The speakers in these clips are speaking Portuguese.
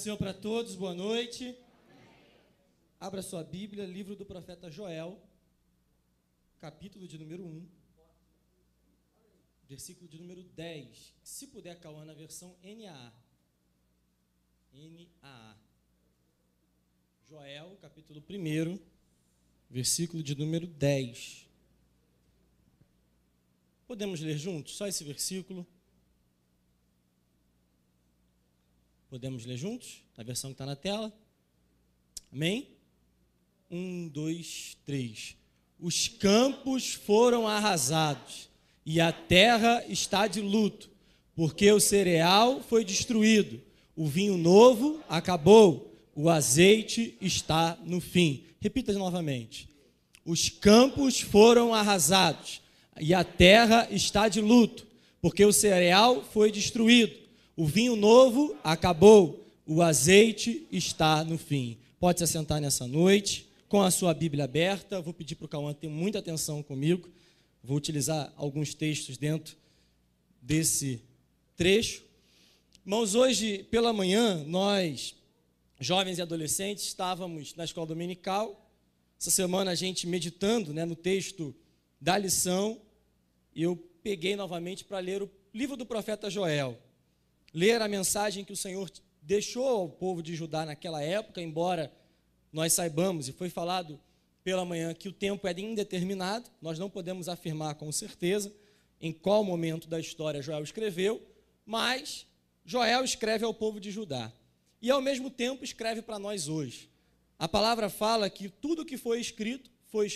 Senhor para todos, boa noite. Abra sua Bíblia, livro do profeta Joel, capítulo de número 1, versículo de número 10. Se puder, Cauã, na versão NAA. NAA. Joel, capítulo 1, versículo de número 10. Podemos ler juntos? Só esse versículo. Podemos ler juntos? A versão que está na tela. Amém? 1, 2, 3. Os campos foram arrasados e a terra está de luto, porque o cereal foi destruído, o vinho novo acabou, o azeite está no fim. Repita novamente. Os campos foram arrasados e a terra está de luto, porque o cereal foi destruído, o vinho novo acabou, o azeite está no fim. Pode se assentar nessa noite, com a sua Bíblia aberta. Vou pedir para o Cauã ter muita atenção comigo. Vou utilizar alguns textos dentro desse trecho. Irmãos, hoje pela manhã, nós, jovens e adolescentes, estávamos na escola dominical. Essa semana a gente meditando, no texto da lição, e eu peguei novamente para ler o livro do profeta Joel. Ler a mensagem que o Senhor deixou ao povo de Judá naquela época, embora nós saibamos, e foi falado pela manhã, que o tempo é indeterminado, nós não podemos afirmar com certeza em qual momento da história Joel escreveu, mas Joel escreve ao povo de Judá, e ao mesmo tempo escreve para nós hoje. A palavra fala que tudo que foi escrito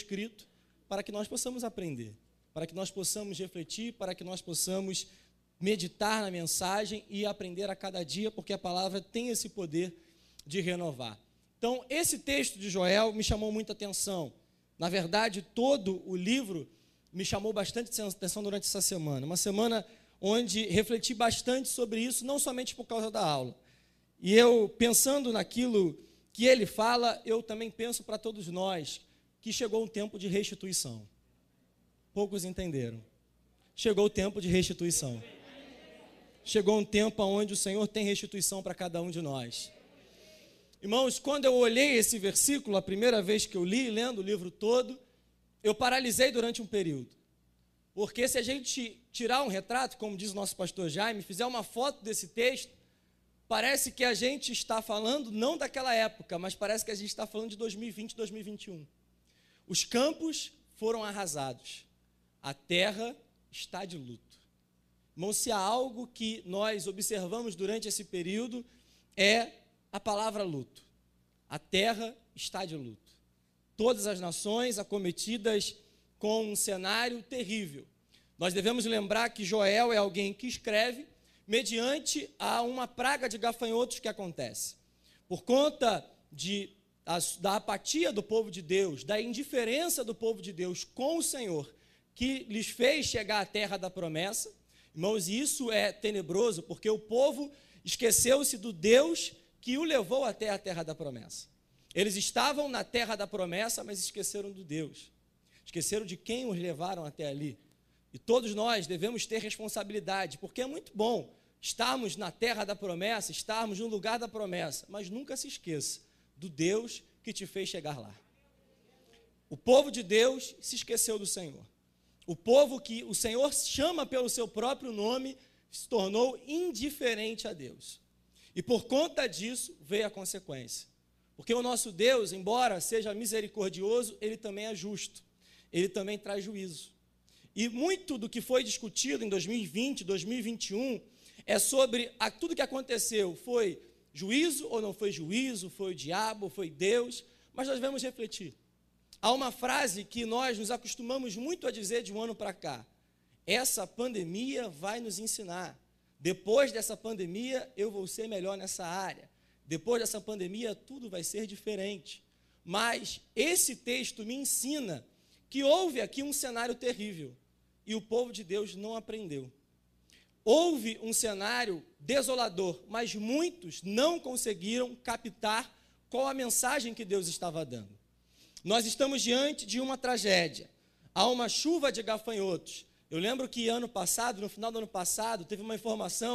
para que nós possamos aprender, para que nós possamos refletir, para que nós possamos meditar na mensagem e aprender a cada dia, porque a palavra tem esse poder de renovar. Então, esse texto de Joel me chamou muita atenção. Na verdade, todo o livro me chamou bastante atenção durante essa semana. Uma semana onde refleti bastante sobre isso, não somente por causa da aula. E eu, pensando naquilo que ele fala, eu também penso para todos nós que chegou um tempo de restituição. Poucos entenderam. Chegou o tempo de restituição. Chegou um tempo onde o Senhor tem restituição para cada um de nós. Irmãos, quando eu olhei esse versículo, a primeira vez que eu li, lendo o livro todo, eu paralisei durante um período. Porque se a gente tirar um retrato, como diz o nosso pastor Jaime, fizer uma foto desse texto, parece que a gente está falando não daquela época, mas parece que a gente está falando de 2020, 2021. Os campos foram arrasados, a terra está de luto. Irmão, se há algo que nós observamos durante esse período, é a palavra luto. A terra está de luto. Todas as nações acometidas com um cenário terrível. Nós devemos lembrar que Joel é alguém que escreve mediante a uma praga de gafanhotos que acontece. Por conta da apatia do povo de Deus, da indiferença do povo de Deus com o Senhor, que lhes fez chegar à terra da promessa. Irmãos, isso é tenebroso, porque o povo esqueceu-se do Deus que o levou até a terra da promessa. Eles estavam na terra da promessa, mas esqueceram do Deus. Esqueceram de quem os levaram até ali. E todos nós devemos ter responsabilidade, porque é muito bom estarmos na terra da promessa, estarmos no lugar da promessa, mas nunca se esqueça do Deus que te fez chegar lá. O povo de Deus se esqueceu do Senhor. O povo que o Senhor chama pelo seu próprio nome se tornou indiferente a Deus. E por conta disso veio a consequência. Porque o nosso Deus, embora seja misericordioso, ele também é justo. Ele também traz juízo. E muito do que foi discutido em 2020, 2021, é sobre tudo que aconteceu. Foi juízo ou não foi juízo? Foi o diabo, foi Deus? Mas nós devemos refletir. Há uma frase que nós nos acostumamos muito a dizer de um ano para cá. Essa pandemia vai nos ensinar. Depois dessa pandemia, eu vou ser melhor nessa área. Depois dessa pandemia, tudo vai ser diferente. Mas esse texto me ensina que houve aqui um cenário terrível e o povo de Deus não aprendeu. Houve um cenário desolador, mas muitos não conseguiram captar qual a mensagem que Deus estava dando. Nós estamos diante de uma tragédia. Há uma chuva de gafanhotos. Eu lembro que ano passado, no final do ano passado, teve uma informação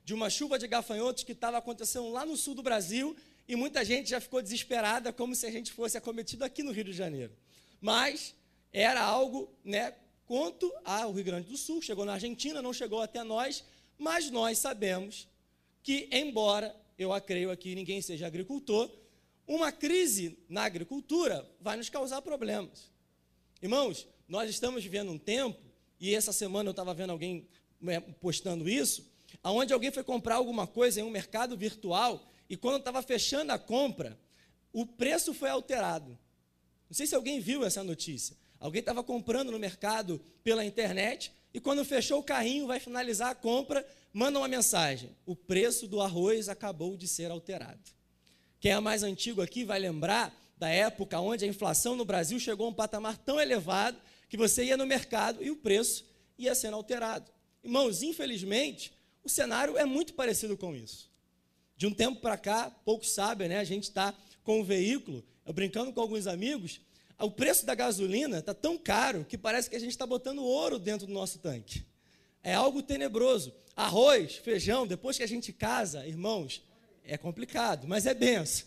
de uma chuva de gafanhotos que estava acontecendo lá no sul do Brasil, e muita gente já ficou desesperada, como se a gente fosse acometido aqui no Rio de Janeiro. Mas era algo, quanto ao Rio Grande do Sul, chegou na Argentina, não chegou até nós, mas nós sabemos que, embora eu creio aqui ninguém seja agricultor, uma crise na agricultura vai nos causar problemas. Irmãos, nós estamos vivendo um tempo, e essa semana eu estava vendo alguém postando isso, onde alguém foi comprar alguma coisa em um mercado virtual, e quando estava fechando a compra, o preço foi alterado. Não sei se alguém viu essa notícia. Alguém estava comprando no mercado pela internet, e quando fechou o carrinho, vai finalizar a compra, manda uma mensagem: o preço do arroz acabou de ser alterado. Quem é mais antigo aqui vai lembrar da época onde a inflação no Brasil chegou a um patamar tão elevado que você ia no mercado e o preço ia sendo alterado. Irmãos, infelizmente, o cenário é muito parecido com isso. De um tempo para cá, poucos sabem, a gente está com um veículo, eu brincando com alguns amigos, o preço da gasolina está tão caro que parece que a gente está botando ouro dentro do nosso tanque. É algo tenebroso. Arroz, feijão, depois que a gente casa, irmãos, é complicado, mas é benção.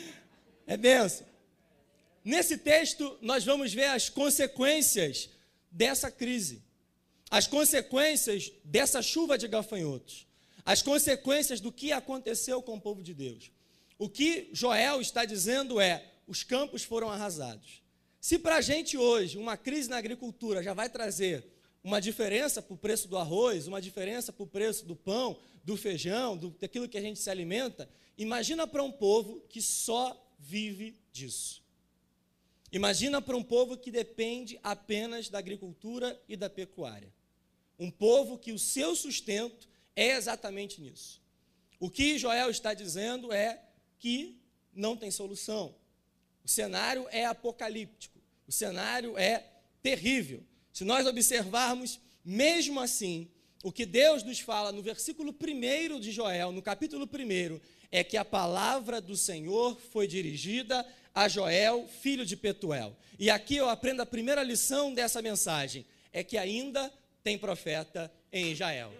É benção. Nesse texto, nós vamos ver as consequências dessa crise, as consequências dessa chuva de gafanhotos, as consequências do que aconteceu com o povo de Deus. O que Joel está dizendo é: os campos foram arrasados. Se para a gente hoje uma crise na agricultura já vai trazer uma diferença para o preço do arroz, uma diferença para o preço do pão, do feijão, daquilo que a gente se alimenta, imagina para um povo que só vive disso. Imagina para um povo que depende apenas da agricultura e da pecuária. Um povo que o seu sustento é exatamente nisso. O que Joel está dizendo é que não tem solução. O cenário é apocalíptico, o cenário é terrível. Se nós observarmos, mesmo assim, o que Deus nos fala no versículo 1 de Joel, no capítulo 1, é que a palavra do Senhor foi dirigida a Joel, filho de Petuel. E aqui eu aprendo a primeira lição dessa mensagem, é que ainda tem profeta em Israel.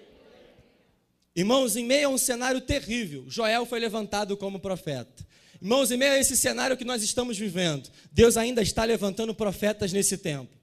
Irmãos, em meio a um cenário terrível, Joel foi levantado como profeta. Irmãos, em meio a esse cenário que nós estamos vivendo, Deus ainda está levantando profetas nesse tempo.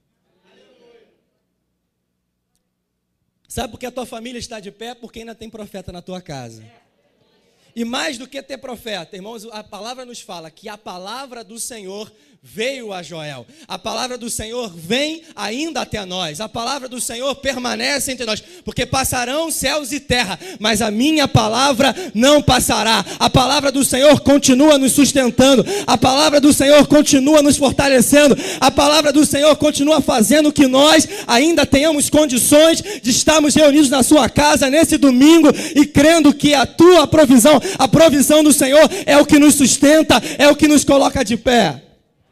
Sabe por que a tua família está de pé? Porque ainda tem profeta na tua casa. E mais do que ter profeta, irmãos, a palavra nos fala que a palavra do Senhor veio a Joel. A palavra do Senhor vem ainda até nós. A palavra do Senhor permanece entre nós. Porque passarão céus e terra, mas a minha palavra não passará. A palavra do Senhor continua nos sustentando. A palavra do Senhor continua nos fortalecendo. A palavra do Senhor continua fazendo que nós ainda tenhamos condições de estarmos reunidos na sua casa nesse domingo e crendo que a tua provisão, a provisão do Senhor é o que nos sustenta, é o que nos coloca de pé.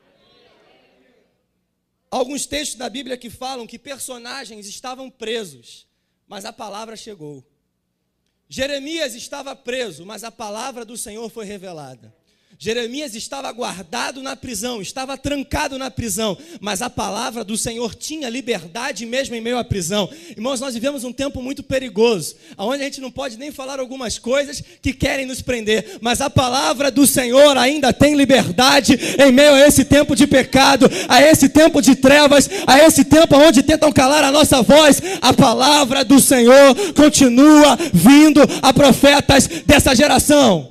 Alguns textos da Bíblia que falam que personagens estavam presos, mas a palavra chegou. Jeremias estava preso, mas a palavra do Senhor foi revelada. Jeremias estava guardado na prisão, estava trancado na prisão, mas a palavra do Senhor tinha liberdade mesmo em meio à prisão. Irmãos, nós vivemos um tempo muito perigoso, onde a gente não pode nem falar algumas coisas que querem nos prender, mas a palavra do Senhor ainda tem liberdade em meio a esse tempo de pecado, a esse tempo de trevas, a esse tempo onde tentam calar a nossa voz. A palavra do Senhor continua vindo a profetas dessa geração.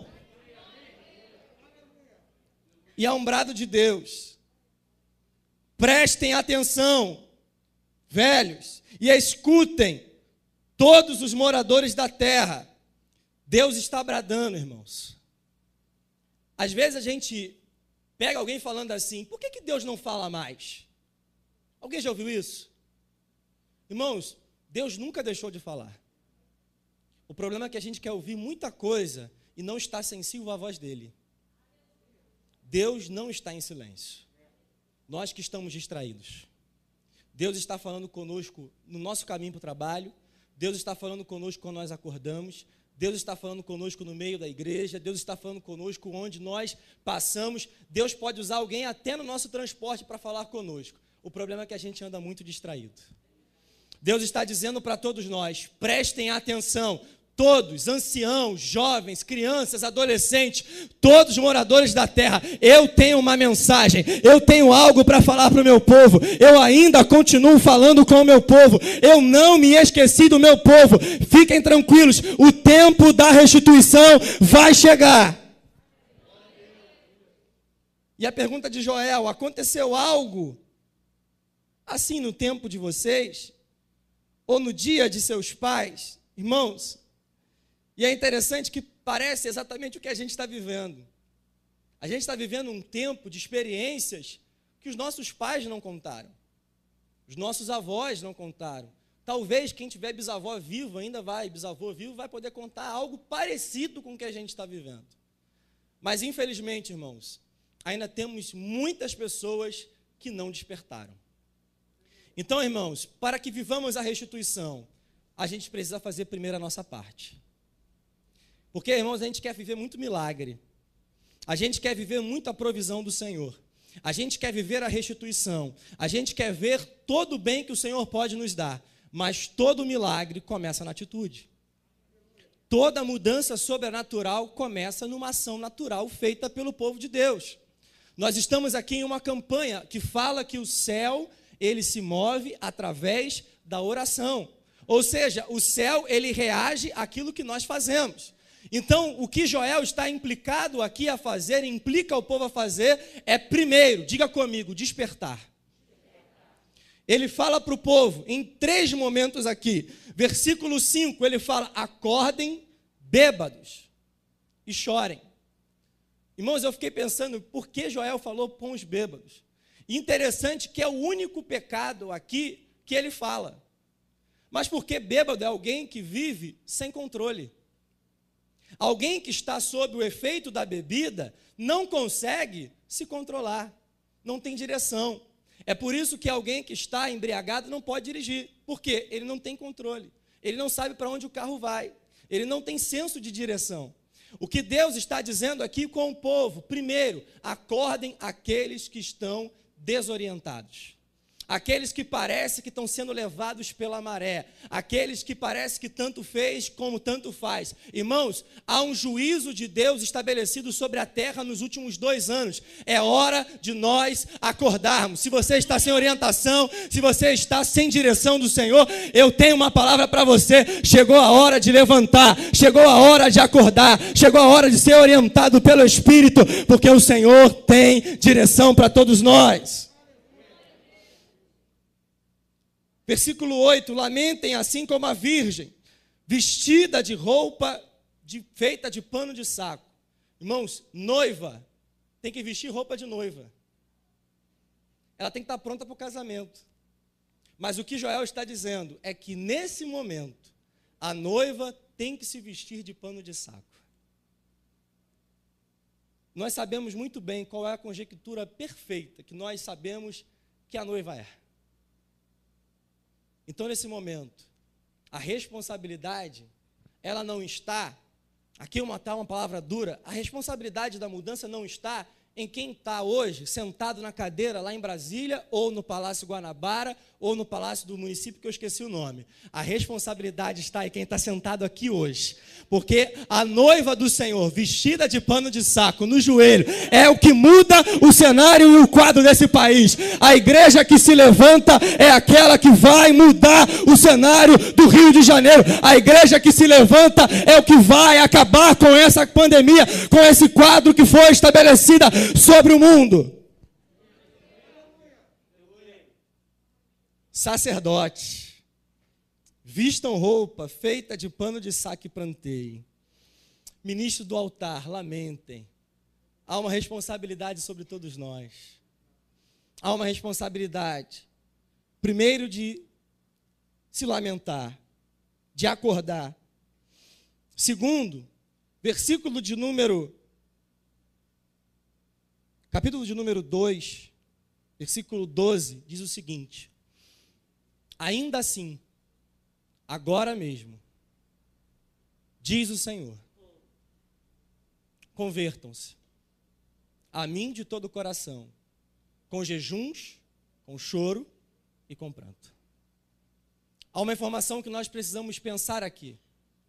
E a um brado de Deus, prestem atenção, velhos, e escutem todos os moradores da terra. Deus está bradando, irmãos. Às vezes a gente pega alguém falando assim: por que Deus não fala mais? Alguém já ouviu isso? Irmãos, Deus nunca deixou de falar. O problema é que a gente quer ouvir muita coisa e não está sensível à voz dele. Deus não está em silêncio. Nós que estamos distraídos. Deus está falando conosco no nosso caminho para o trabalho. Deus está falando conosco quando nós acordamos. Deus está falando conosco no meio da igreja. Deus está falando conosco onde nós passamos. Deus pode usar alguém até no nosso transporte para falar conosco. O problema é que a gente anda muito distraído. Deus está dizendo para todos nós: prestem atenção. todos, anciãos, jovens, crianças, adolescentes, todos moradores da terra, eu tenho uma mensagem, eu tenho algo para falar para o meu povo, eu ainda continuo falando com o meu povo, eu não me esqueci do meu povo, fiquem tranquilos, o tempo da restituição vai chegar. E a pergunta de Joel: aconteceu algo assim no tempo de vocês? Ou no dia de seus pais? Irmãos, e é interessante que parece exatamente o que a gente está vivendo. A gente está vivendo um tempo de experiências que os nossos pais não contaram. Os nossos avós não contaram. Talvez quem tiver bisavô vivo bisavô vivo vai poder contar algo parecido com o que a gente está vivendo. Mas infelizmente, irmãos, ainda temos muitas pessoas que não despertaram. Então, irmãos, para que vivamos a restituição, a gente precisa fazer primeiro a nossa parte. Porque, irmãos, a gente quer viver muito milagre. A gente quer viver muito a provisão do Senhor. A gente quer viver a restituição. A gente quer ver todo o bem que o Senhor pode nos dar. Mas todo milagre começa na atitude. Toda mudança sobrenatural começa numa ação natural feita pelo povo de Deus. Nós estamos aqui em uma campanha que fala que o céu, ele se move através da oração. Ou seja, o céu, ele reage àquilo que nós fazemos. Então, o que Joel está implicado aqui a fazer, implica o povo a fazer, é primeiro, diga comigo, despertar. Ele fala para o povo, em 3 momentos aqui. Versículo 5, ele fala: acordem bêbados e chorem. Irmãos, eu fiquei pensando, por que Joel falou com os bêbados? Interessante que é o único pecado aqui que ele fala. Mas porque bêbado é alguém que vive sem controle. Alguém que está sob o efeito da bebida não consegue se controlar, não tem direção. É por isso que alguém que está embriagado não pode dirigir. Por quê? Ele não tem controle. Ele não sabe para onde o carro vai. Ele não tem senso de direção. O que Deus está dizendo aqui com o povo: primeiro, acordem aqueles que estão desorientados. Aqueles que parecem que estão sendo levados pela maré, aqueles que parece que tanto fez como tanto faz. Irmãos, há um juízo de Deus estabelecido sobre a terra nos últimos 2 anos. É hora de nós acordarmos. Se você está sem orientação, se você está sem direção do Senhor, eu tenho uma palavra para você: chegou a hora de levantar, chegou a hora de acordar, chegou a hora de ser orientado pelo Espírito, porque o Senhor tem direção para todos nós. Versículo 8, lamentem assim como a virgem, vestida de roupa feita de pano de saco. Irmãos, noiva tem que vestir roupa de noiva. Ela tem que estar pronta para o casamento. Mas o que Joel está dizendo é que nesse momento, a noiva tem que se vestir de pano de saco. Nós sabemos muito bem qual é a conjectura perfeita que nós sabemos que a noiva é. Então, nesse momento, a responsabilidade, ela não está, aqui uma palavra dura, a responsabilidade da mudança não está em quem está hoje sentado na cadeira lá em Brasília, ou no Palácio Guanabara, ou no Palácio do município que eu esqueci o nome. A responsabilidade está em quem está sentado aqui hoje. Porque a noiva do Senhor, vestida de pano de saco, no joelho, é o que muda o cenário e o quadro desse país. A igreja que se levanta é aquela que vai mudar o cenário do Rio de Janeiro. A igreja que se levanta é o que vai acabar com essa pandemia, com esse quadro que foi estabelecido sobre o mundo. Sacerdotes, vistam roupa feita de pano de saco e pranteiem. Ministro do altar, lamentem. Há uma responsabilidade sobre todos nós. Há uma responsabilidade, primeiro, de se lamentar, de acordar. Segundo, capítulo de número 2, versículo 12, diz o seguinte: ainda assim, agora mesmo, diz o Senhor, convertam-se a mim de todo o coração, com jejuns, com choro e com pranto. Há uma informação que nós precisamos pensar aqui.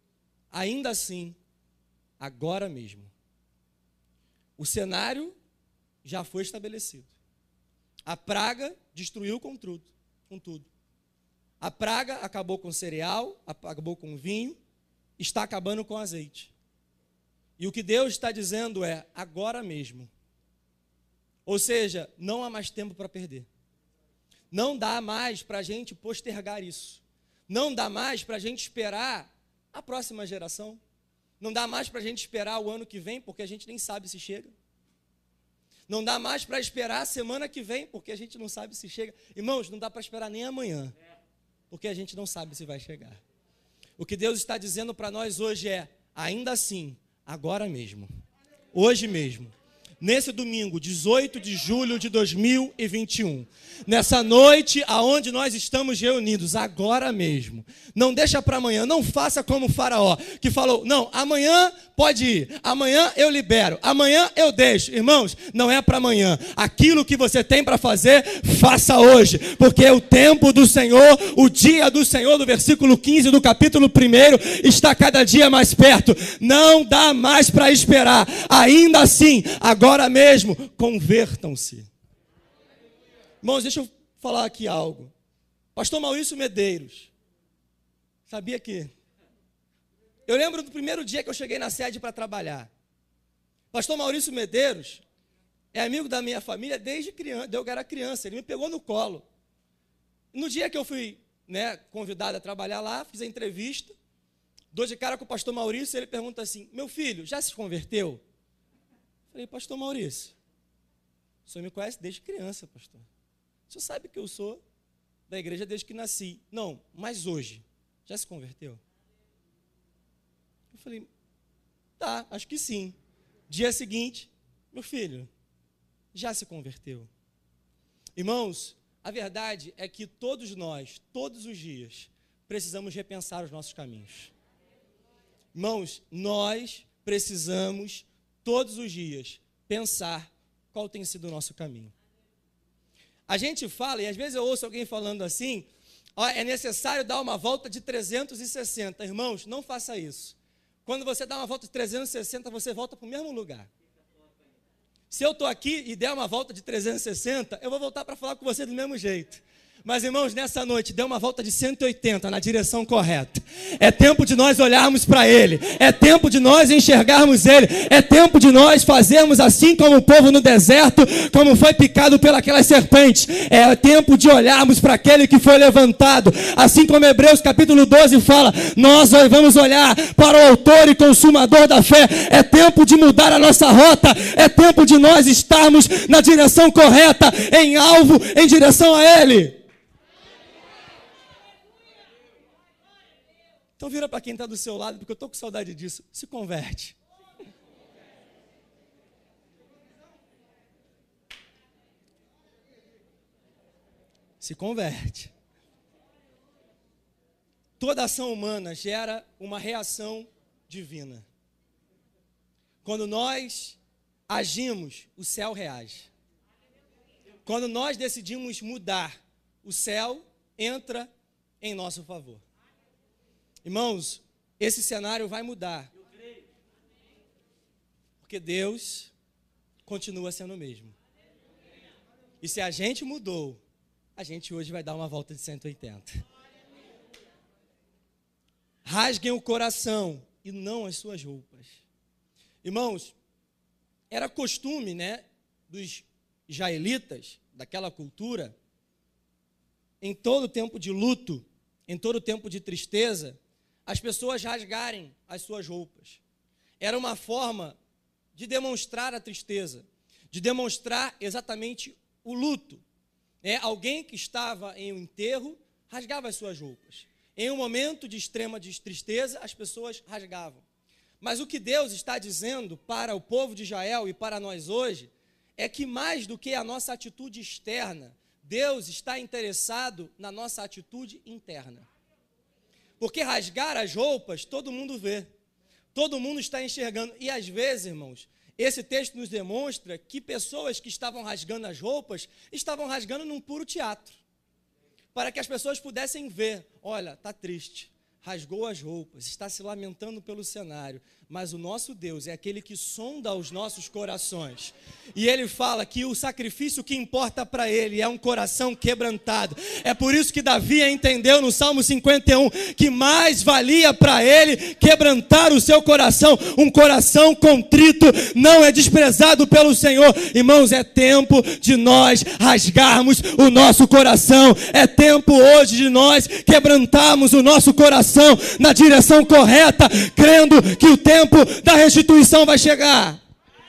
ainda assim, agora mesmo. O cenário já foi estabelecido. A praga destruiu com tudo. A praga acabou com o cereal, acabou com o vinho, está acabando com o azeite. E o que Deus está dizendo é, agora mesmo. Ou seja, não há mais tempo para perder. Não dá mais para a gente postergar isso. Não dá mais para a gente esperar a próxima geração. Não dá mais para a gente esperar o ano que vem, porque a gente nem sabe se chega. Não dá mais para esperar a semana que vem, porque a gente não sabe se chega. Irmãos, não dá para esperar nem amanhã, porque a gente não sabe se vai chegar. O que Deus está dizendo para nós hoje é, ainda assim, agora mesmo, hoje mesmo, nesse domingo, 18 de julho de 2021, nessa noite aonde nós estamos reunidos, agora mesmo, não deixa para amanhã, não faça como o faraó, que falou, não, amanhã pode ir, amanhã eu libero, amanhã eu deixo. Irmãos, não é para amanhã, aquilo que você tem para fazer, faça hoje, porque o tempo do Senhor, o dia do Senhor, do versículo 15 do capítulo 1, está cada dia mais perto, não dá mais para esperar, ainda assim, agora mesmo, convertam-se. Irmãos, deixa eu falar aqui algo. Pastor Maurício Medeiros, sabia que... Eu lembro do primeiro dia que eu cheguei na sede para trabalhar. Pastor Maurício Medeiros é amigo da minha família desde criança, eu era criança, ele me pegou no colo. No dia que eu fui, convidado a trabalhar lá, fiz a entrevista, dou de cara com o pastor Maurício, ele pergunta assim, meu filho, já se converteu? Falei, pastor Maurício, o senhor me conhece desde criança, pastor. O senhor sabe que eu sou da igreja desde que nasci. Não, mas hoje, já se converteu? Eu falei, tá, acho que sim. Dia seguinte, meu filho, já se converteu? Irmãos, a verdade é que todos nós, todos os dias, precisamos repensar os nossos caminhos. Irmãos, nós precisamos todos os dias pensar qual tem sido o nosso caminho. A gente fala, e às vezes eu ouço alguém falando assim, é necessário dar uma volta de 360. Irmãos, não faça isso. Quando você dá uma volta de 360, você volta para o mesmo lugar. Se eu estou aqui e der uma volta de 360, eu vou voltar para falar com você do mesmo jeito. Mas, irmãos, nessa noite, dê uma volta de 180 na direção correta. É tempo de nós olharmos para Ele. É tempo de nós enxergarmos Ele. É tempo de nós fazermos assim como o povo no deserto, como foi picado pelas serpentes. É tempo de olharmos para aquele que foi levantado. Assim como Hebreus capítulo 12 fala, nós vamos olhar para o autor e consumador da fé. É tempo de mudar a nossa rota. É tempo de nós estarmos na direção correta, em alvo, em direção a Ele. Então vira para quem está do seu lado, porque eu estou com saudade disso. Se converte. Se converte. Toda ação humana gera uma reação divina. Quando nós agimos, o céu reage. Quando nós decidimos mudar, o céu entra em nosso favor. Irmãos, esse cenário vai mudar. Porque Deus continua sendo o mesmo. E se a gente mudou, a gente hoje vai dar uma volta de 180. Rasguem o coração e não as suas roupas. Irmãos, era costume, dos israelitas, daquela cultura, em todo tempo de luto, em todo tempo de tristeza, as pessoas rasgarem as suas roupas. Era uma forma de demonstrar a tristeza, de demonstrar exatamente o luto. Alguém que estava em um enterro rasgava as suas roupas. Em um momento de extrema tristeza, as pessoas rasgavam. Mas o que Deus está dizendo para o povo de Israel e para nós hoje, é que mais do que a nossa atitude externa, Deus está interessado na nossa atitude interna. Porque rasgar as roupas, todo mundo vê. Todo mundo está enxergando. E às vezes, irmãos, esse texto nos demonstra que pessoas que estavam rasgando as roupas, estavam rasgando num puro teatro. Para que as pessoas pudessem ver, olha, está triste, rasgou as roupas, está se lamentando pelo cenário, mas o nosso Deus é aquele que sonda os nossos corações. E ele fala que o sacrifício que importa para ele é um coração quebrantado. É por isso que Davi entendeu no Salmo 51 que mais valia para ele quebrantar o seu coração. Um coração contrito não é desprezado pelo Senhor. Irmãos, é tempo de nós rasgarmos o nosso coração. É tempo hoje de nós quebrantarmos o nosso coração na direção correta, crendo que o tempo da restituição vai chegar.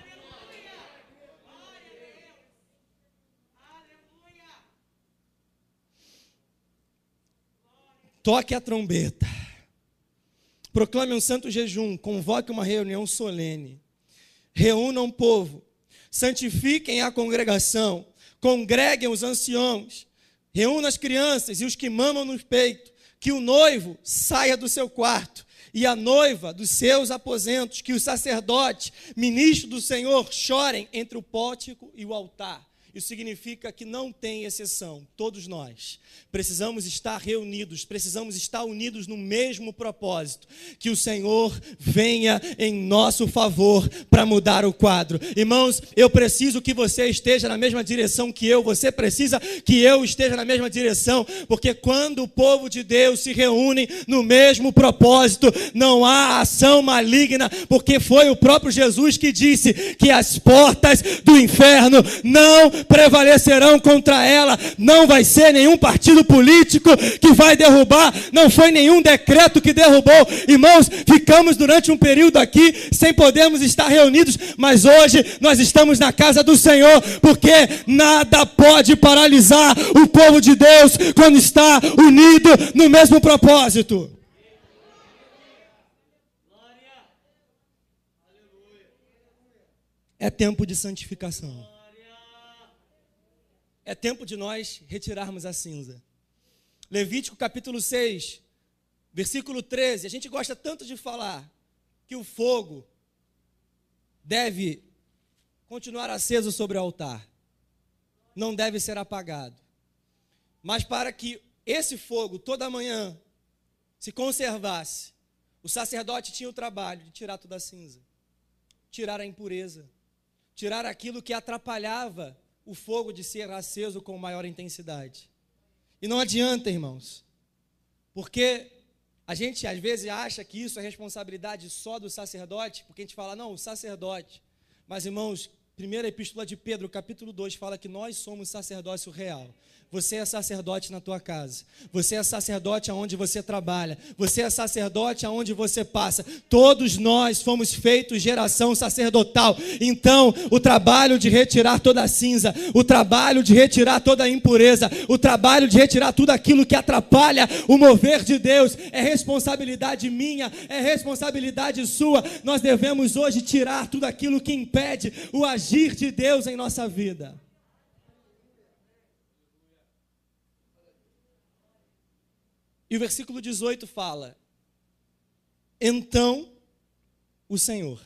Toque a trombeta, proclame um santo jejum, convoque uma reunião solene, reúnam o povo, santifiquem a congregação, congreguem os anciãos, reúnam as crianças e os que mamam no peito, que o noivo saia do seu quarto e a noiva dos seus aposentos, que os sacerdotes, ministros do Senhor, chorem entre o pórtico e o altar. Isso significa que não tem exceção. Todos nós precisamos estar reunidos, precisamos estar unidos no mesmo propósito. Que o Senhor venha em nosso favor para mudar o quadro. Irmãos, eu preciso que você esteja na mesma direção que eu. Você precisa que eu esteja na mesma direção. Porque quando o povo de Deus se reúne no mesmo propósito, não há ação maligna. Porque foi o próprio Jesus que disse que as portas do inferno não prevalecerão contra ela. Não vai ser nenhum partido político que vai derrubar, não foi nenhum decreto que derrubou. Irmãos, ficamos durante um período aqui sem podermos estar reunidos, mas hoje nós estamos na casa do Senhor, porque nada pode paralisar o povo de Deus quando está unido no mesmo propósito. É tempo de santificação. É tempo de nós retirarmos a cinza. Levítico capítulo 6, versículo 13. A gente gosta tanto de falar que o fogo deve continuar aceso sobre o altar. Não deve ser apagado. Mas para que esse fogo toda manhã se conservasse, o sacerdote tinha o trabalho de tirar toda a cinza, tirar a impureza, tirar aquilo que atrapalhava o fogo de ser aceso com maior intensidade. E não adianta, irmãos, porque a gente às vezes acha que isso é responsabilidade só do sacerdote, porque a gente fala, não, o sacerdote. Mas, irmãos, primeira epístola de Pedro, capítulo 2, fala que nós somos sacerdócio real. Você é sacerdote na tua casa. Você é sacerdote aonde você trabalha. Você é sacerdote aonde você passa. Todos nós fomos feitos geração sacerdotal. Então, o trabalho de retirar toda a cinza, o trabalho de retirar toda a impureza, o trabalho de retirar tudo aquilo que atrapalha o mover de Deus, é responsabilidade minha, é responsabilidade sua. Nós devemos hoje tirar tudo aquilo que impede o agir de Deus em nossa vida. E o versículo 18 fala: então o Senhor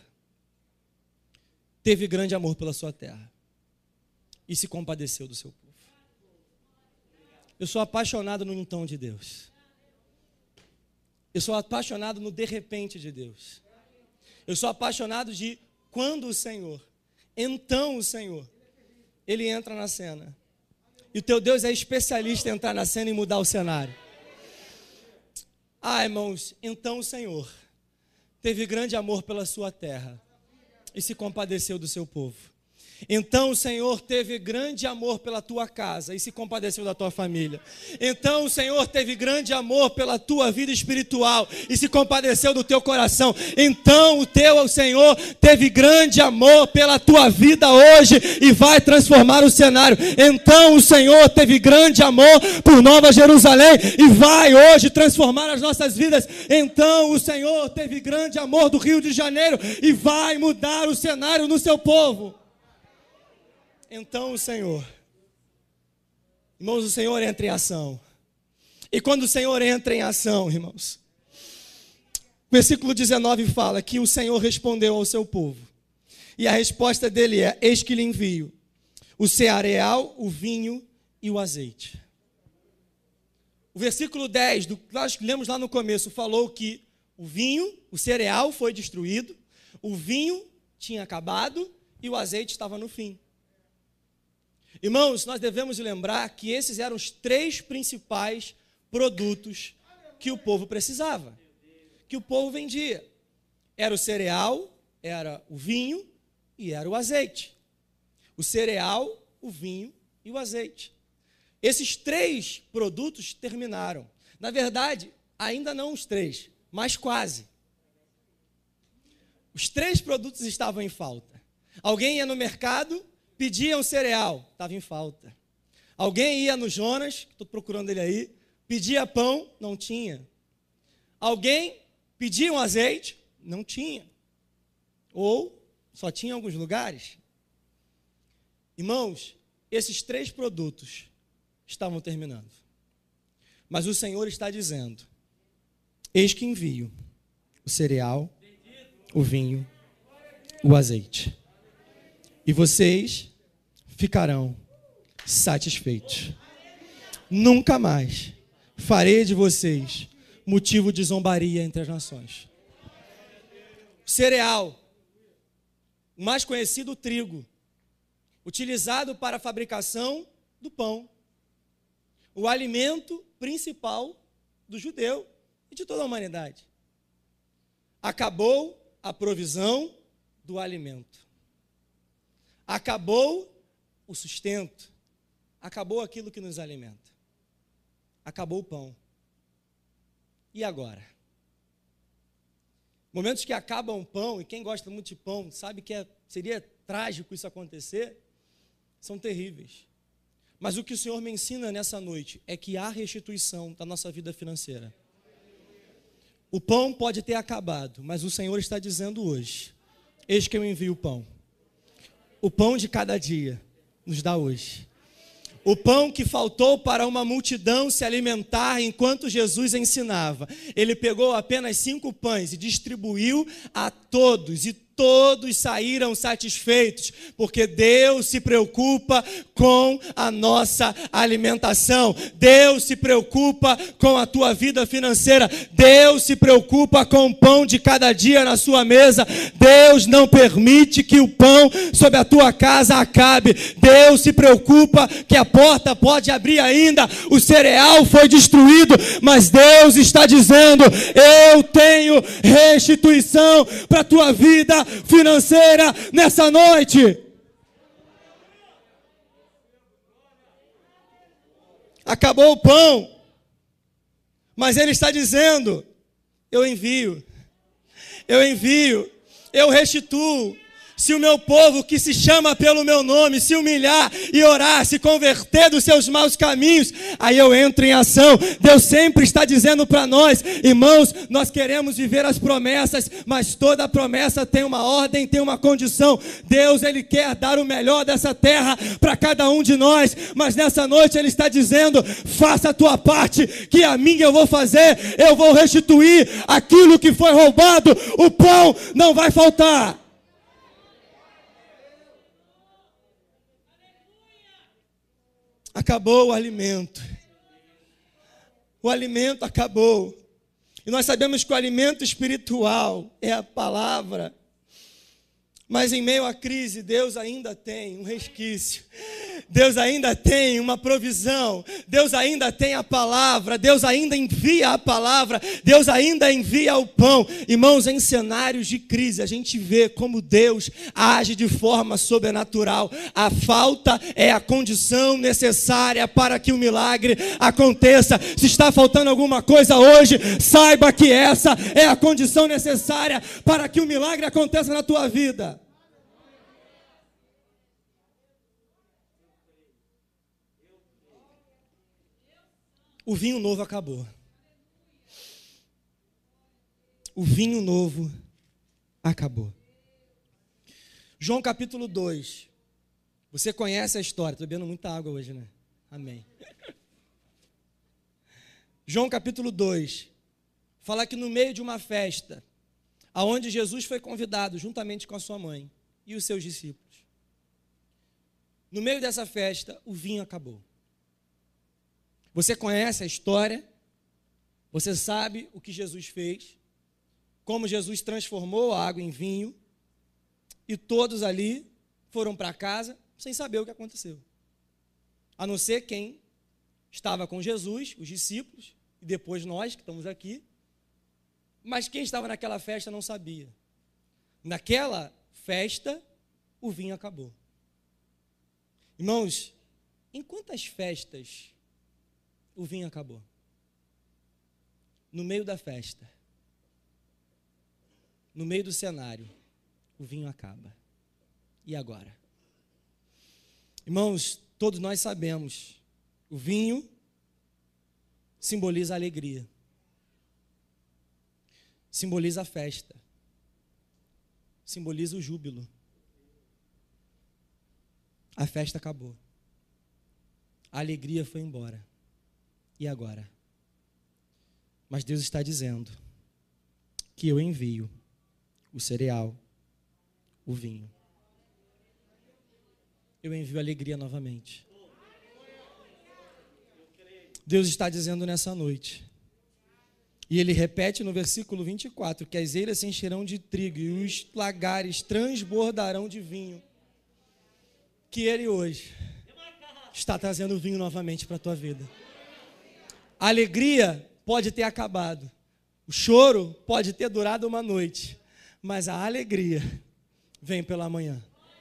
teve grande amor pela sua terra e se compadeceu do seu povo. Eu sou apaixonado no então de Deus. Eu sou apaixonado no de repente de Deus. Eu sou apaixonado de quando o Senhor, então o Senhor, Ele entra na cena. E o teu Deus é especialista em entrar na cena e mudar o cenário. Ah, irmãos, então o Senhor teve grande amor pela sua terra e se compadeceu do seu povo. Então o Senhor teve grande amor pela tua casa e se compadeceu da tua família. Então o Senhor teve grande amor pela tua vida espiritual e se compadeceu do teu coração. Então o Senhor teve grande amor pela tua vida hoje e vai transformar o cenário. Então o Senhor teve grande amor por Nova Jerusalém e vai hoje transformar as nossas vidas. Então o Senhor teve grande amor do Rio de Janeiro e vai mudar o cenário no seu povo. Então o Senhor, irmãos, o Senhor entra em ação. E quando o Senhor entra em ação, irmãos, o versículo 19 fala que o Senhor respondeu ao seu povo. E a resposta dele é: eis que lhe envio o cereal, o vinho e o azeite. O versículo 10, do que nós lemos lá no começo, falou que o vinho, o cereal foi destruído, o vinho tinha acabado e o azeite estava no fim. Irmãos, nós devemos lembrar que esses eram os 3 principais produtos que o povo precisava, que o povo vendia. Era o cereal, era o vinho e era o azeite. O cereal, o vinho e o azeite. Esses 3 produtos terminaram. Na verdade, ainda não os 3, mas quase. Os 3 produtos estavam em falta. Alguém ia no mercado, pedia um cereal, estava em falta. Alguém ia no Jonas, estou procurando ele aí, pedia pão, não tinha. Alguém pedia um azeite, não tinha. Ou só tinha em alguns lugares. Irmãos, esses 3 produtos estavam terminando. Mas o Senhor está dizendo: eis que envio o cereal, o vinho, o azeite. E vocês ficarão satisfeitos. Nunca mais farei de vocês motivo de zombaria entre as nações. O cereal, o mais conhecido, o trigo, utilizado para a fabricação do pão. O alimento principal do judeu e de toda a humanidade. Acabou a provisão do alimento. Acabou o sustento. Acabou aquilo que nos alimenta. Acabou o pão. E agora? Momentos que acabam o pão, e quem gosta muito de pão sabe que seria trágico isso acontecer, são terríveis. Mas o que o Senhor me ensina nessa noite é que há restituição da nossa vida financeira. O pão pode ter acabado, mas o Senhor está dizendo hoje: eis que eu envio o pão. O pão de cada dia nos dá hoje. O pão que faltou para uma multidão se alimentar enquanto Jesus ensinava. Ele pegou apenas 5 pães e distribuiu a todos, e todos saíram satisfeitos, porque Deus se preocupa com a nossa alimentação. Deus se preocupa com a tua vida financeira. Deus se preocupa com o pão de cada dia na sua mesa. Deus não permite que o pão sobre a tua casa acabe. Deus se preocupa que a porta pode abrir ainda. O cereal foi destruído, mas Deus está dizendo: eu tenho restituição para a tua vida financeira nessa noite. Acabou o pão, mas Ele está dizendo: eu envio, eu restituo. Se o meu povo, que se chama pelo meu nome, se humilhar e orar, se converter dos seus maus caminhos, aí eu entro em ação. Deus sempre está dizendo para nós: irmãos, nós queremos viver as promessas, mas toda promessa tem uma ordem, tem uma condição. Deus, Ele quer dar o melhor dessa terra para cada um de nós, mas nessa noite Ele está dizendo: faça a tua parte, que a minha eu vou fazer. Eu vou restituir aquilo que foi roubado. O pão não vai faltar. Acabou o alimento. O alimento acabou. E nós sabemos que o alimento espiritual é a palavra. Mas em meio à crise, Deus ainda tem um resquício. Deus ainda tem uma provisão. Deus ainda tem a palavra. Deus ainda envia a palavra. Deus ainda envia o pão. Irmãos, em cenários de crise, a gente vê como Deus age de forma sobrenatural. A falta é a condição necessária para que o milagre aconteça. Se está faltando alguma coisa hoje, saiba que essa é a condição necessária para que o milagre aconteça na tua vida. O vinho novo acabou. O vinho novo acabou. João capítulo 2. Você conhece a história. Estou bebendo muita água hoje, né? Amém. João capítulo 2. Fala que no meio de uma festa, aonde Jesus foi convidado juntamente com a sua mãe e os seus discípulos. No meio dessa festa, o vinho acabou. Você conhece a história, você sabe o que Jesus fez, como Jesus transformou a água em vinho, e todos ali foram para casa sem saber o que aconteceu. A não ser quem estava com Jesus, os discípulos, e depois nós que estamos aqui, mas quem estava naquela festa não sabia. Naquela festa, o vinho acabou. Irmãos, em quantas festas o vinho acabou? No meio da festa, no meio do cenário, o vinho acaba. E agora? Irmãos, todos nós sabemos, o vinho simboliza a alegria, simboliza a festa, simboliza o júbilo. A festa acabou, a alegria foi embora. E agora? Mas Deus está dizendo que eu envio o cereal, o vinho. Eu envio a alegria novamente. Deus está dizendo nessa noite, e Ele repete no versículo 24, que as eiras se encherão de trigo e os lagares transbordarão de vinho, que Ele hoje está trazendo vinho novamente para a tua vida. A alegria pode ter acabado, o choro pode ter durado uma noite, mas a alegria vem pela manhã.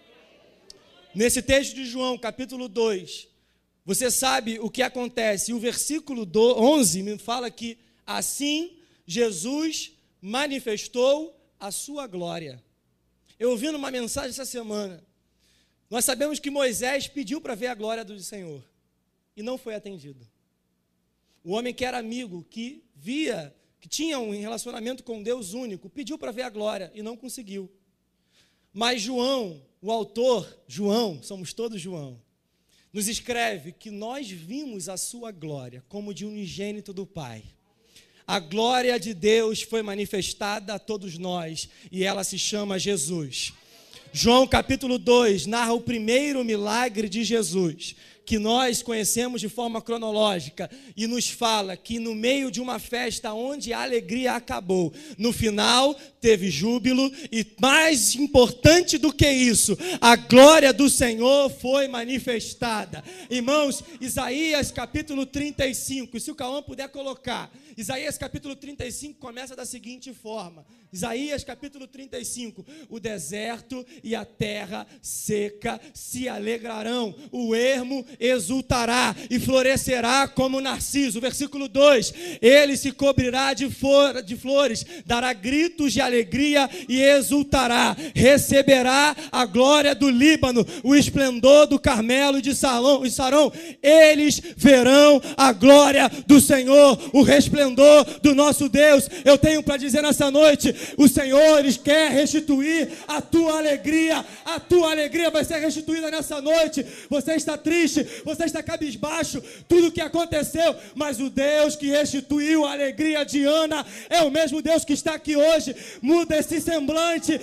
Nesse texto de João, capítulo 2, você sabe o que acontece. E o versículo 11 me fala que assim Jesus manifestou a sua glória. Eu ouvi numa mensagem essa semana, nós sabemos que Moisés pediu para ver a glória do Senhor e não foi atendido. O homem que era amigo, que via, que tinha um relacionamento com Deus único, pediu para ver a glória e não conseguiu. Mas João, o autor, João, somos todos João, nos escreve que nós vimos a sua glória como de unigênito do Pai. A glória de Deus foi manifestada a todos nós e ela se chama Jesus. João capítulo 2 narra o primeiro milagre de Jesus, que nós conhecemos de forma cronológica, e nos fala que no meio de uma festa onde a alegria acabou, no final teve júbilo, e mais importante do que isso, a glória do Senhor foi manifestada. Irmãos, Isaías capítulo 35, e se o Cauã puder colocar, Isaías capítulo 35 começa da seguinte forma, Isaías capítulo 35, o deserto e a terra seca se alegrarão, o ermo exultará e florescerá como narciso. Versículo 2, ele se cobrirá de flores, dará gritos de alegria e exultará, receberá a glória do Líbano, o esplendor do Carmelo e de Sarão, eles verão a glória do Senhor, o resplendor do nosso Deus. Eu tenho para dizer nessa noite, o Senhor quer restituir a tua alegria vai ser restituída nessa noite. Você está triste, você está cabisbaixo, tudo o que aconteceu, mas o Deus que restituiu a alegria de Ana é o mesmo Deus que está aqui hoje. Muda esse semblante,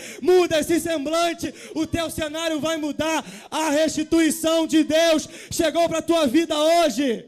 o teu cenário vai mudar, a restituição de Deus chegou para a tua vida hoje.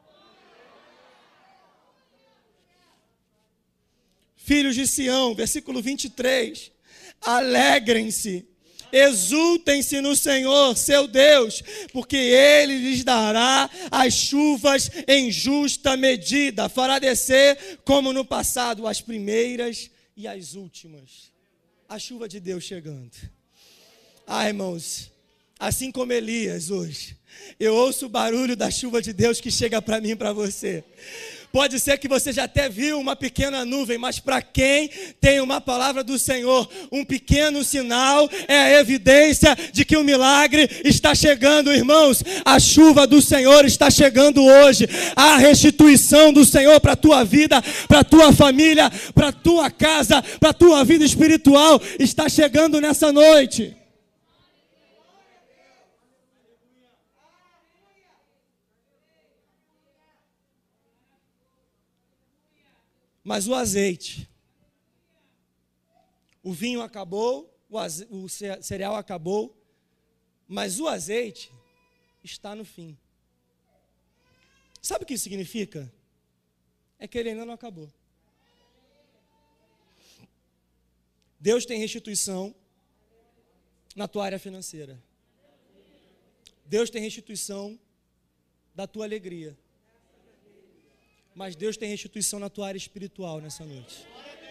Filhos de Sião, versículo 23, alegrem-se, exultem-se no Senhor, seu Deus, porque Ele lhes dará as chuvas em justa medida, fará descer, como no passado, as primeiras e as últimas. A chuva de Deus chegando. Irmãos, assim como Elias hoje, eu ouço o barulho da chuva de Deus que chega para mim e para você. Pode ser que você já até viu uma pequena nuvem, mas para quem tem uma palavra do Senhor, um pequeno sinal é a evidência de que o milagre está chegando, irmãos. A chuva do Senhor está chegando hoje. A restituição do Senhor para a tua vida, para a tua família, para a tua casa, para a tua vida espiritual está chegando nessa noite. Mas o azeite, o vinho acabou, o cereal acabou, mas o azeite está no fim. Sabe o que isso significa? É que ele ainda não acabou. Deus tem restituição na tua área financeira. Deus tem restituição da tua alegria. Mas Deus tem restituição na tua área espiritual nessa noite.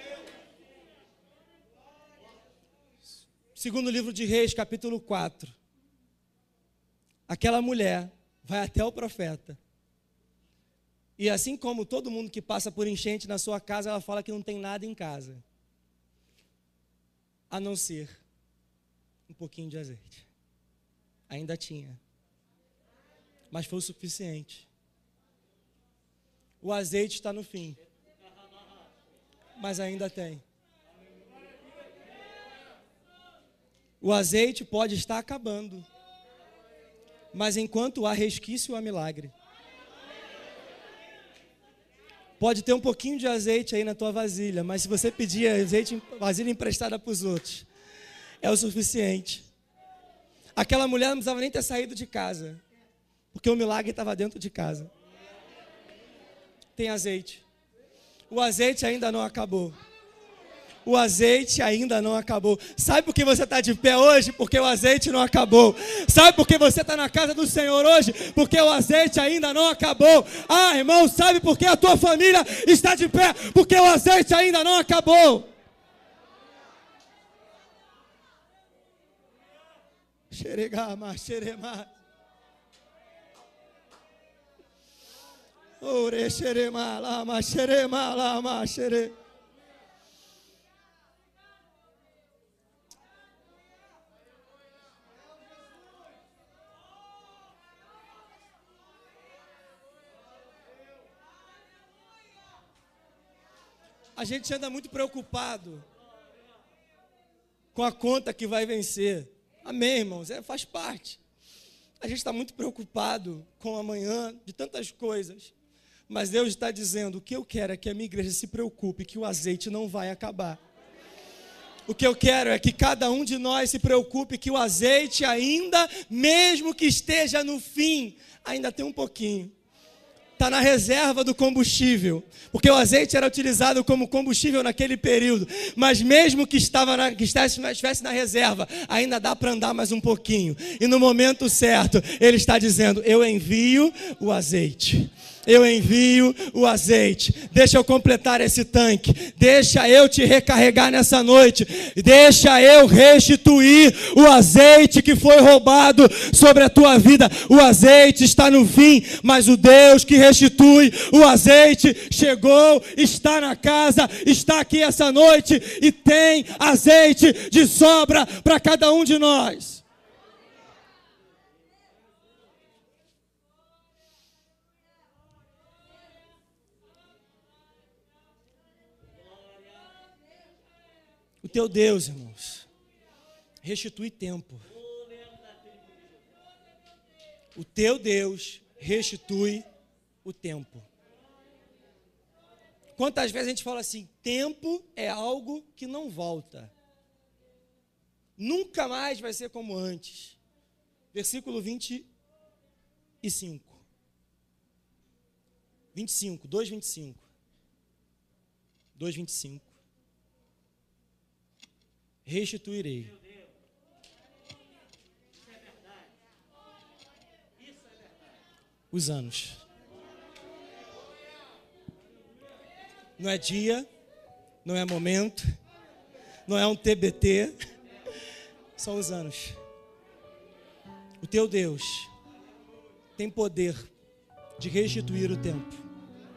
Segundo livro de Reis, capítulo 4. Aquela mulher vai até o profeta. E assim como todo mundo que passa por enchente na sua casa, ela fala que não tem nada em casa. A não ser um pouquinho de azeite. Ainda tinha. Mas foi o suficiente. O azeite está no fim. Mas ainda tem. O azeite pode estar acabando. Mas enquanto há resquício, há milagre. Pode ter um pouquinho de azeite aí na tua vasilha, mas se você pedir vasilha emprestada para os outros, é o suficiente. Aquela mulher não precisava nem ter saído de casa, porque o milagre estava dentro de casa. Tem azeite. O azeite ainda não acabou. O azeite ainda não acabou. Sabe por que você está de pé hoje? Porque o azeite não acabou. Sabe por que você está na casa do Senhor hoje? Porque o azeite ainda não acabou. Ah, irmão, sabe por que a tua família está de pé? Porque o azeite ainda não acabou. Xeregama, xerema. Ore xerema, lama, xerema, lama, xere. A gente anda muito preocupado com a conta que vai vencer. Amém, irmãos? Faz parte. A gente está muito preocupado com amanhã, de tantas coisas. Mas Deus está dizendo, o que eu quero é que a minha igreja se preocupe, que o azeite não vai acabar. O que eu quero é que cada um de nós se preocupe que o azeite ainda, mesmo que esteja no fim, ainda tem um pouquinho. Está na reserva do combustível, porque o azeite era utilizado como combustível naquele período, mas mesmo que estivesse na reserva, ainda dá para andar mais um pouquinho, e no momento certo, ele está dizendo, eu envio o azeite. Eu envio o azeite. Deixa eu completar esse tanque. Deixa eu te recarregar nessa noite. Deixa eu restituir o azeite que foi roubado sobre a tua vida. O azeite está no fim, mas o Deus que restitui o azeite chegou, está na casa, está aqui essa noite e tem azeite de sobra para cada um de nós. O teu Deus, irmãos, restitui tempo. O teu Deus restitui o tempo. Quantas vezes a gente fala assim, tempo é algo que não volta. Nunca mais vai ser como antes. Versículo 25. 2:25. 2:25. Restituirei. Os anos. Não é dia, não é momento, não é um TBT, são os anos. O teu Deus tem poder de restituir o tempo.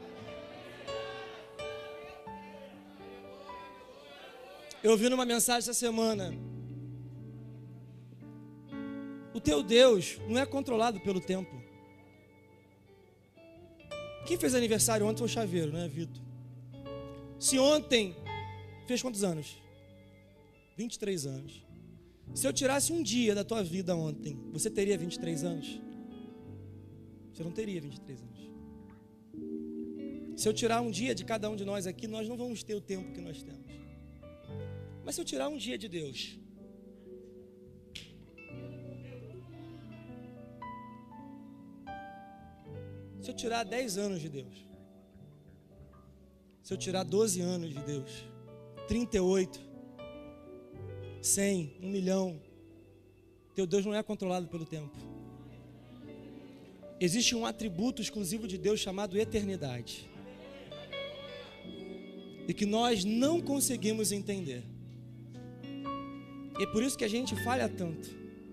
Eu ouvi numa mensagem essa semana. O teu Deus não é controlado pelo tempo. Quem fez aniversário ontem foi o Chaveiro, né, Vitor? Se ontem fez quantos anos? 23 anos. Se eu tirasse um dia da tua vida ontem, você teria 23 anos? Você não teria 23 anos. Se eu tirar um dia de cada um de nós aqui, nós não vamos ter o tempo que nós temos. Mas se eu tirar um dia de Deus, Se eu tirar 10 anos de Deus, se eu tirar 12 anos de Deus, 38, 100, 1 milhão, teu Deus não é controlado pelo tempo. Existe um atributo exclusivo de Deus chamado eternidade, e que nós não conseguimos entender. E é por isso que a gente falha tanto.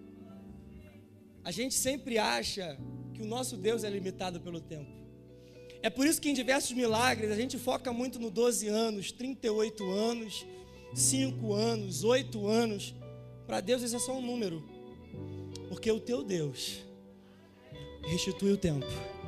A gente sempre acha que o nosso Deus é limitado pelo tempo. É por isso que em diversos milagres a gente foca muito no 12 anos, 38 anos, 5 anos, 8 anos. Para Deus isso é só um número. Porque o teu Deus restitui o tempo.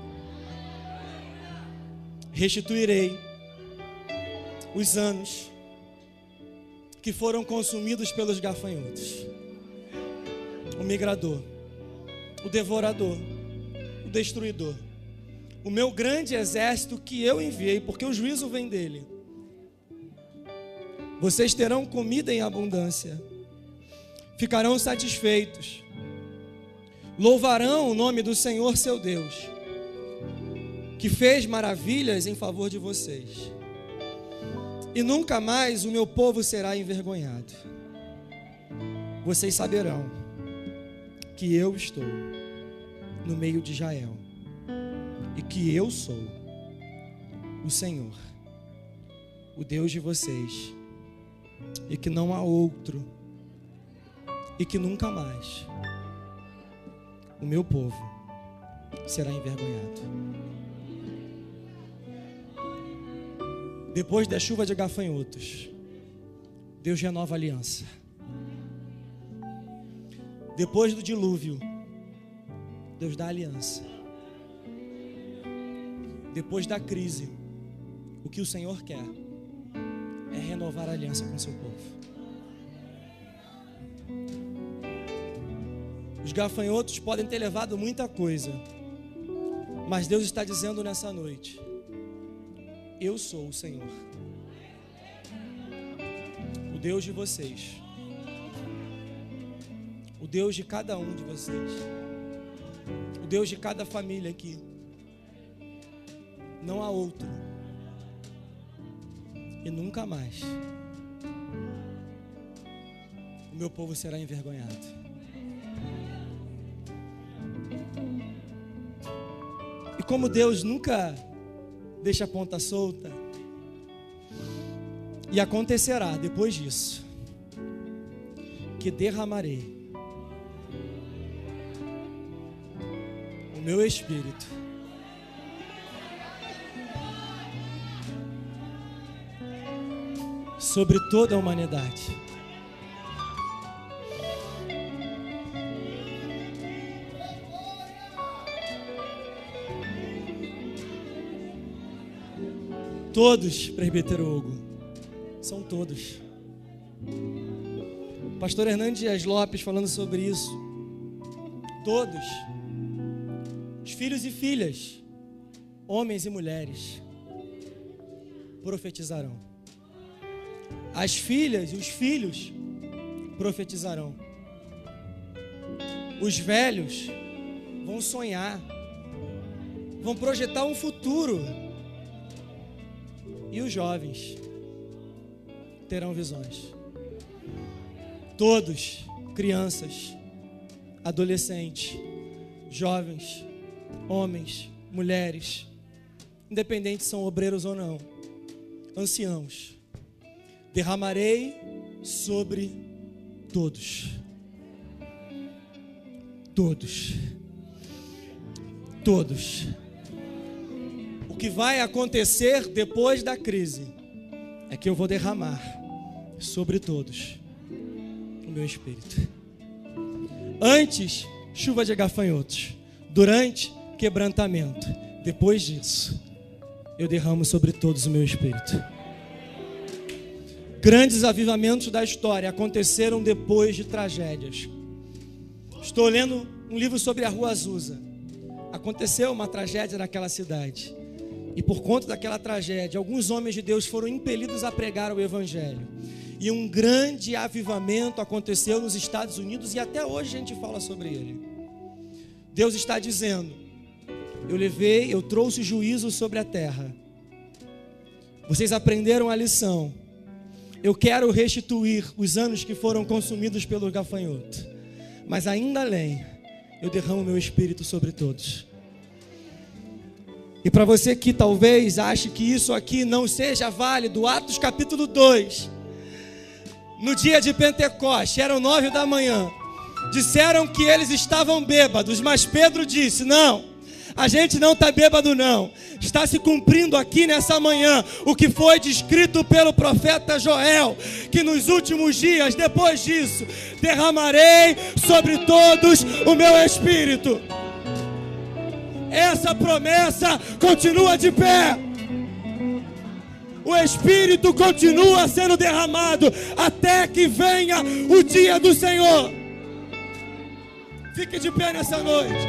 Restituirei os anos que foram consumidos pelos gafanhotos, o migrador, o devorador, o destruidor, o meu grande exército que eu enviei, porque o juízo vem dele. Vocês terão comida em abundância, ficarão satisfeitos, louvarão o nome do Senhor seu Deus, que fez maravilhas em favor de vocês. E nunca mais o meu povo será envergonhado. Vocês saberão que eu estou no meio de Israel e que eu sou o Senhor, o Deus de vocês, e que não há outro, e que nunca mais o meu povo será envergonhado. Depois da chuva de gafanhotos, Deus renova a aliança. Depois do dilúvio, Deus dá aliança. Depois da crise, o que o Senhor quer é renovar a aliança com o seu povo. Os gafanhotos podem ter levado muita coisa, mas Deus está dizendo nessa noite: eu sou o Senhor, o Deus de vocês, o Deus de cada um de vocês, o Deus de cada família aqui. Não há outro, e nunca mais o meu povo será envergonhado. E como Deus nunca deixa a ponta solta, e acontecerá depois disso, que derramarei o meu espírito sobre toda a humanidade. Todos, presbítero Hugo, são todos. Pastor Hernandes Dias Lopes falando sobre isso. Todos, os filhos e filhas, homens e mulheres, profetizarão. As filhas e os filhos profetizarão. Os velhos vão sonhar, vão projetar um futuro. E os jovens terão visões. Todos, crianças, adolescentes, jovens, homens, mulheres, independente se são obreiros ou não, anciãos, derramarei sobre todos. Todos. Todos. O que vai acontecer depois da crise é que eu vou derramar sobre todos o meu espírito. Antes, chuva de gafanhotos. Durante, quebrantamento. Depois disso, eu derramo sobre todos o meu espírito. Grandes avivamentos da história aconteceram depois de tragédias. Estou lendo um livro sobre a Rua Azusa. Aconteceu uma tragédia naquela cidade. E por conta daquela tragédia, alguns homens de Deus foram impelidos a pregar o Evangelho. E um grande avivamento aconteceu nos Estados Unidos e até hoje a gente fala sobre ele. Deus está dizendo: eu trouxe juízo sobre a terra. Vocês aprenderam a lição. Eu quero restituir os anos que foram consumidos pelo gafanhoto. Mas ainda além, eu derramo meu espírito sobre todos. E para você que talvez ache que isso aqui não seja válido, Atos capítulo 2, no dia de Pentecoste, eram 9 da manhã, disseram que eles estavam bêbados, mas Pedro disse: não, a gente não está bêbado não, está se cumprindo aqui nessa manhã o que foi descrito pelo profeta Joel, que nos últimos dias, depois disso, derramarei sobre todos o meu espírito. Essa promessa continua de pé. O Espírito continua sendo derramado até que venha o dia do Senhor. Fique de pé nessa noite.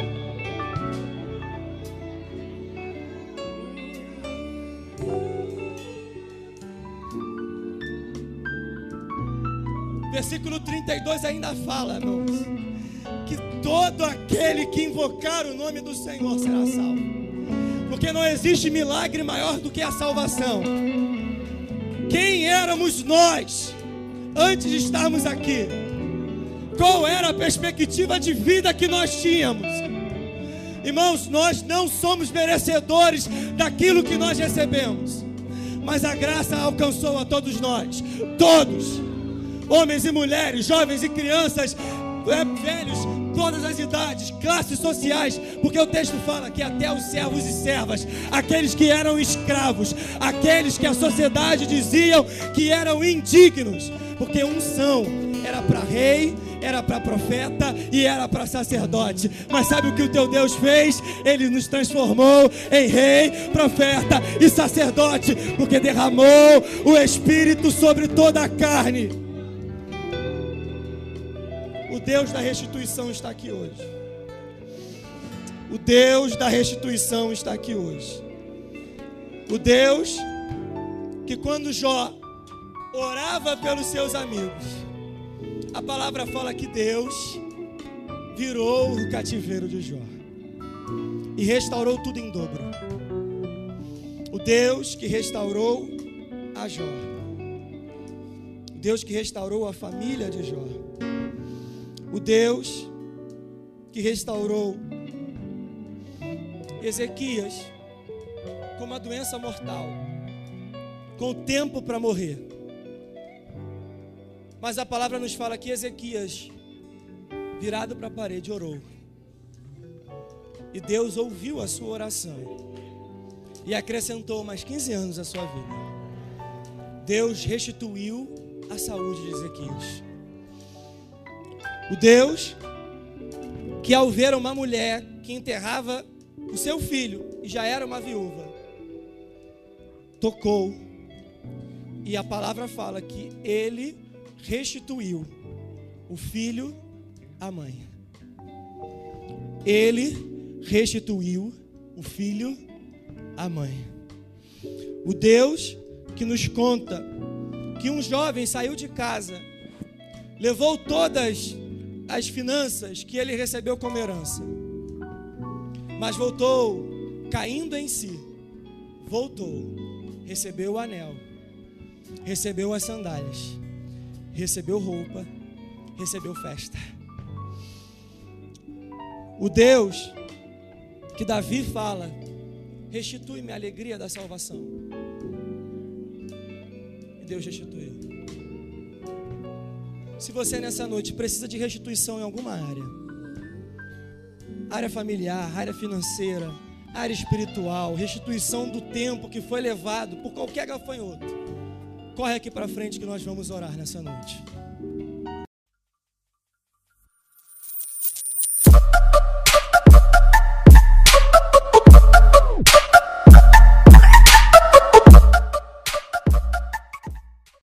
Versículo 32 ainda fala, irmãos, que todo aquele que invocar o nome do Senhor será salvo. Porque não existe milagre maior do que a salvação. Quem éramos nós antes de estarmos aqui? Qual era a perspectiva de vida que nós tínhamos? Irmãos, nós não somos merecedores daquilo que nós recebemos, mas a graça alcançou a todos nós, todos, homens e mulheres, jovens e crianças, velhos, todas as idades, classes sociais, porque o texto fala que até os servos e servas, aqueles que eram escravos, aqueles que a sociedade diziam que eram indignos, porque unção era para rei, era para profeta e era para sacerdote. Mas sabe o que o teu Deus fez? Ele nos transformou em rei, profeta e sacerdote, porque derramou o Espírito sobre toda a carne. O Deus da restituição está aqui hoje. O Deus da restituição está aqui hoje. O Deus que quando Jó orava pelos seus amigos, a palavra fala que Deus virou o cativeiro de Jó e restaurou tudo em dobro. O Deus que restaurou a Jó. O Deus que restaurou a família de Jó. O Deus que restaurou Ezequias com uma doença mortal, com o tempo para morrer. Mas a palavra nos fala que Ezequias, virado para a parede, orou. E Deus ouviu a sua oração e acrescentou mais 15 anos à sua vida. Deus restituiu a saúde de Ezequias. O Deus que, ao ver uma mulher que enterrava o seu filho e já era uma viúva, tocou, e a palavra fala que ele restituiu o filho à mãe. Ele restituiu o filho à mãe. O Deus que nos conta que um jovem saiu de casa, levou todas as finanças que ele recebeu como herança, mas voltou caindo em si. Voltou, recebeu o anel, recebeu as sandálias, recebeu roupa, recebeu festa. O Deus que Davi fala: restitui-me a alegria da salvação. E Deus restituiu. Se você nessa noite precisa de restituição em alguma área familiar, área financeira, área espiritual, restituição do tempo que foi levado por qualquer gafanhoto, corre aqui para frente que nós vamos orar nessa noite.